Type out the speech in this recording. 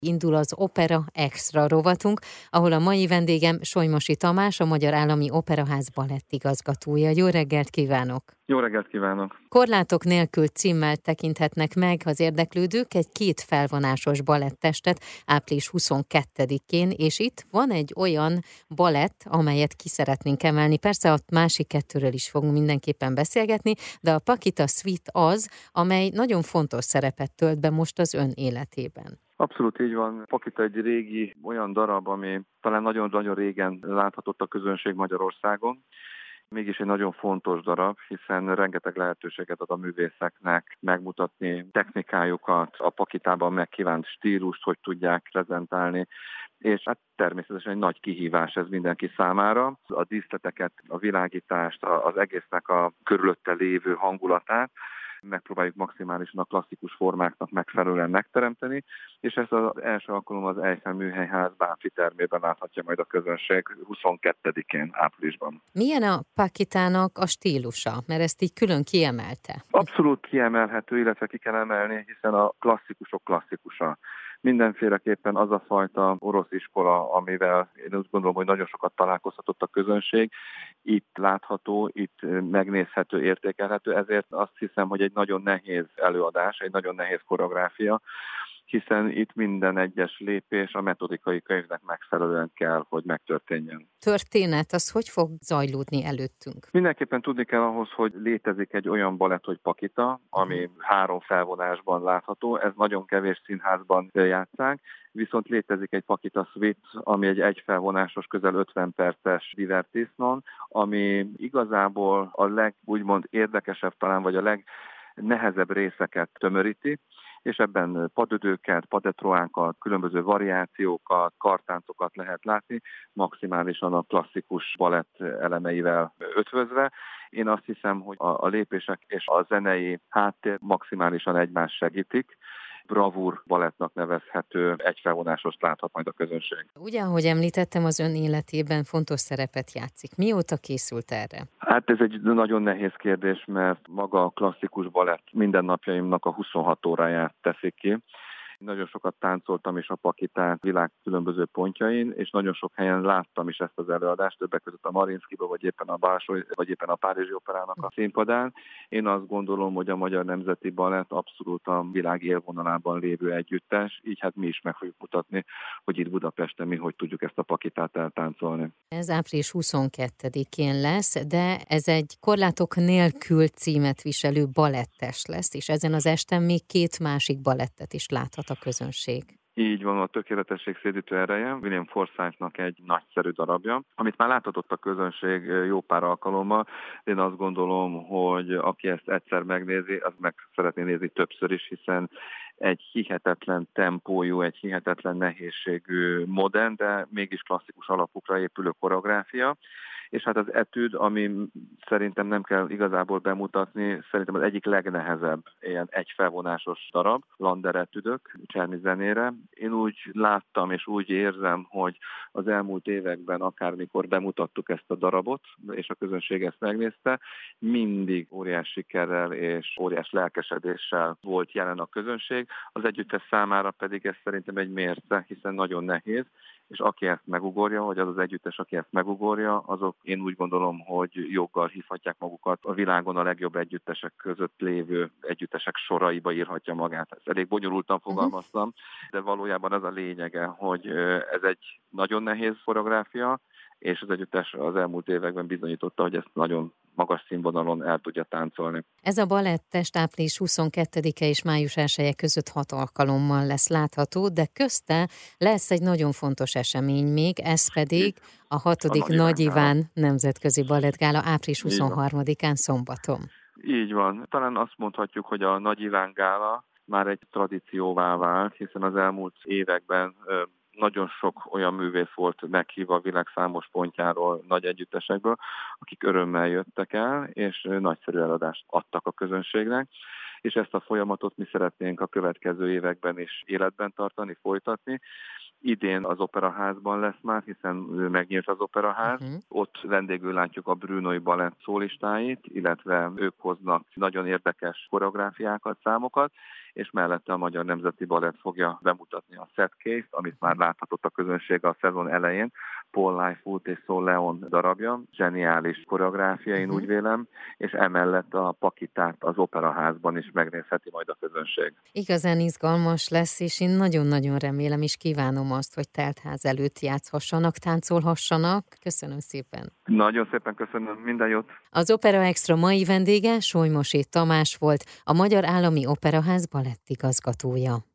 Indul az Opera Extra rovatunk, ahol a mai vendégem Solymosi Tamás, a Magyar Állami Operaház balettigazgatója. Jó reggelt kívánok! Jó reggelt kívánok! Korlátok nélkül címmel tekinthetnek meg az érdeklődők egy 2 felvonásos balettestet április 22-én, és itt van egy olyan balett, amelyet ki szeretnénk emelni. Persze a másik 2-ről is fogunk mindenképpen beszélgetni, de a Paquita Suite az, amely nagyon fontos szerepet tölt be most az ön életében. Abszolút így van. Paquita egy régi olyan darab, ami talán nagyon-nagyon régen láthatott a közönség Magyarországon. Mégis egy nagyon fontos darab, hiszen rengeteg lehetőséget ad a művészeknek megmutatni technikájukat, a Paquitában megkívánt stílust, hogy tudják prezentálni, és hát természetesen egy nagy kihívás ez mindenki számára. A díszleteket, a világítást, az egésznek a körülötte lévő hangulatát megpróbáljuk maximálisan a klasszikus formáknak megfelelően megteremteni, és ezt az első alkalom az Eiffel Műhelyház Bánffy termében láthatja majd a közönség 22-én áprilisban. Milyen a Paquitának a stílusa? Mert ezt így külön kiemelte. Abszolút kiemelhető, illetve ki kell emelni, hiszen a klasszikusok klasszikusa. Mindenféleképpen az a fajta orosz iskola, amivel én úgy gondolom, hogy nagyon sokat találkozhatott a közönség, itt látható, itt megnézhető, értékelhető, ezért azt hiszem, hogy egy nagyon nehéz előadás, egy nagyon nehéz koreográfia, hiszen itt minden egyes lépés a metodikai könyvnek megfelelően kell, hogy megtörténjen. Történet, az hogy fog zajlódni előttünk? Mindenképpen tudni kell ahhoz, hogy létezik egy olyan balett, hogy Paquita, ami 3 felvonásban látható, ez nagyon kevés színházban játsszák, viszont létezik egy Paquita Suite, ami egy felvonásos, közel 50 perces divertisnon, ami igazából a úgymond érdekesebb talán, vagy a legnehezebb részeket tömöríti, és ebben padödőket, padetroákat, különböző variációkat, kartáncokat lehet látni, maximálisan a klasszikus balett elemeivel ötvözve. Én azt hiszem, hogy a lépések és a zenei háttér maximálisan egymást segítik. Bravúr balettnak nevezhető egyfelvonásost láthat majd a közönség. Ugye, ahogy említettem, az ön életében fontos szerepet játszik. Mióta készült erre? Hát ez egy nagyon nehéz kérdés, mert maga a klasszikus balett mindennapjaimnak a 26 óráját teszik ki. Nagyon sokat táncoltam is a Paquitát világ különböző pontjain, és nagyon sok helyen láttam is ezt az előadást, többek között a Mariinszkiba, vagy éppen a Balsói, vagy éppen a Párizsi Operának a színpadán. Én azt gondolom, hogy a Magyar Nemzeti Balett abszolút a világ élvonalában lévő együttes, így hát mi is meg fogjuk mutatni, hogy itt Budapesten mi hogy tudjuk ezt a Paquitát eltáncolni. Ez április 22-én lesz, de ez egy korlátok nélkül címet viselő balettes lesz, és ezen az esten még 2 másik balettet is láthat a közönség. Így van, a tökéletesség szédítő ereje, William Forsythe-nak egy nagyszerű darabja, amit már láthatott a közönség jó pár alkalommal. Én azt gondolom, hogy aki ezt egyszer megnézi, az meg szeretné nézni többször is, hiszen egy hihetetlen tempójú, egy hihetetlen nehézségű, modern, de mégis klasszikus alapokra épülő koreográfia. És hát az etüd, ami szerintem nem kell igazából bemutatni, szerintem az egyik legnehezebb ilyen egyfelvonásos darab, Landер etüdök, Czerny zenére. Én úgy láttam és úgy érzem, hogy az elmúlt években akármikor bemutattuk ezt a darabot, és a közönség ezt megnézte, mindig óriás sikerrel és óriás lelkesedéssel volt jelen a közönség. Az együttes számára pedig ez szerintem egy mérce, hiszen nagyon nehéz, és aki ezt megugorja, vagy az az együttes, aki ezt megugorja, azok én úgy gondolom, hogy joggal hívhatják magukat a világon a legjobb együttesek között lévő együttesek soraiba írhatja magát. Ezt elég bonyolultan fogalmaztam, de valójában az a lényege, hogy ez egy nagyon nehéz koreográfia, és az együttes az elmúlt években bizonyította, hogy ezt nagyon magas színvonalon el tudja táncolni. Ez a balettest április 22-e és május 1-e között 6 alkalommal lesz látható, de közte lesz egy nagyon fontos esemény még, ez pedig a 6. Nagy Iván Nemzetközi Balettgála április 23-án szombaton. Így van. Talán azt mondhatjuk, hogy a Nagy Iván Gála már egy tradícióvá vált, hiszen az elmúlt években nagyon sok olyan művész volt meghívva a világ számos pontjáról, nagy együttesekből, akik örömmel jöttek el, és nagyszerű eladást adtak a közönségnek, és ezt a folyamatot mi szeretnénk a következő években is életben tartani, folytatni. Idén az Operaházban lesz már, hiszen megnyílt az Operaház. Ott vendégül látjuk a Brünói Balett szólistáit, illetve ők hoznak nagyon érdekes koreográfiákat, számokat, és mellette a Magyar Nemzeti Balett fogja bemutatni a Set Case-t, amit már láthatott a közönség a szezon elején, Paul Lightfoot és Saul Leon darabja, zseniális koreográfia, én úgy vélem, és emellett a Pakitát az Operaházban is megnézheti majd a közönség. Igazán izgalmas lesz, és én nagyon-nagyon remélem és kívánom azt, hogy teltház előtt játszhassanak, táncolhassanak. Köszönöm szépen. Nagyon szépen köszönöm, minden jót! Az Opera Extra mai vendége Solymosé Tamás volt, a Magyar Állami Operaház balettigazgatója.